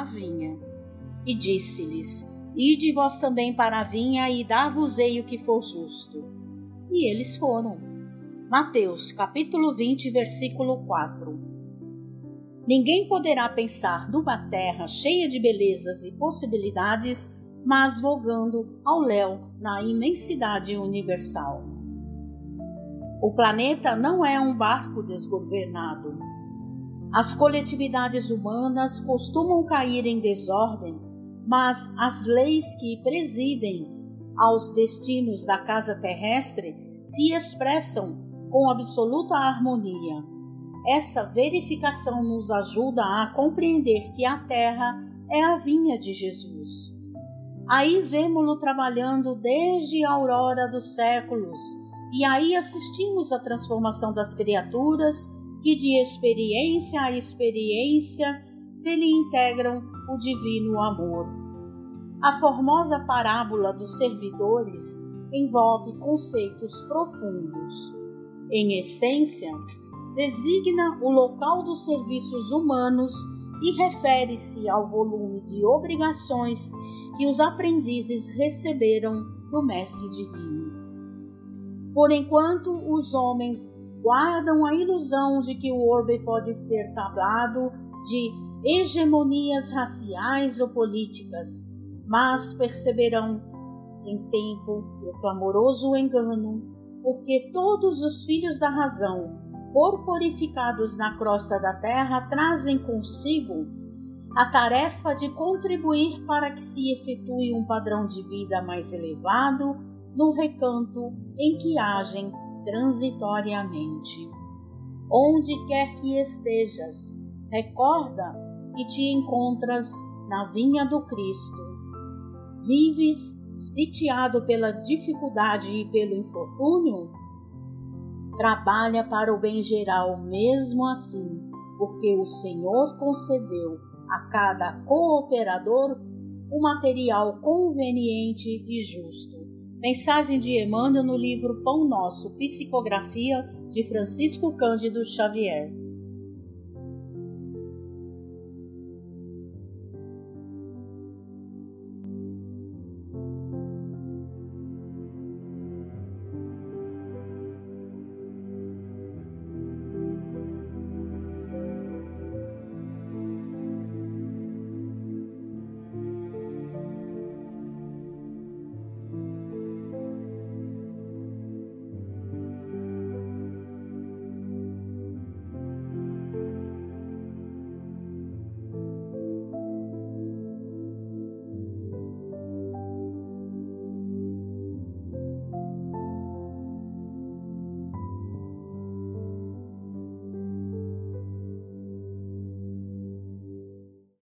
à vinha. E disse-lhes: Ide vós também para a vinha e dar-vos-ei o que for justo. E eles foram. Mateus, capítulo 20, versículo 4. Ninguém poderá pensar numa terra cheia de belezas e possibilidades, mas vogando ao léu na imensidade universal. O planeta não é um barco desgovernado. As coletividades humanas costumam cair em desordem, mas as leis que presidem aos destinos da casa terrestre se expressam com absoluta harmonia. Essa verificação nos ajuda a compreender que a Terra é a vinha de Jesus. Aí vemo-lo trabalhando desde a aurora dos séculos, e aí assistimos à transformação das criaturas que de experiência a experiência se lhe integram o divino amor. A formosa parábola dos servidores envolve conceitos profundos. Em essência, designa o local dos serviços humanos e refere-se ao volume de obrigações que os aprendizes receberam do Mestre Divino. Por enquanto, os homens guardam a ilusão de que o orbe pode ser tablado de hegemonias raciais ou políticas, mas perceberão em tempo o clamoroso engano, porque todos os filhos da razão, corporificados na crosta da terra, trazem consigo a tarefa de contribuir para que se efetue um padrão de vida mais elevado no recanto em que agem transitoriamente. Onde quer que estejas, recorda que te encontras na vinha do Cristo. Vives sitiado pela dificuldade e pelo infortúnio? Trabalha para o bem geral mesmo assim, porque o Senhor concedeu a cada cooperador o material conveniente e justo. Mensagem de Emmanuel no livro Pão Nosso, psicografia de Francisco Cândido Xavier.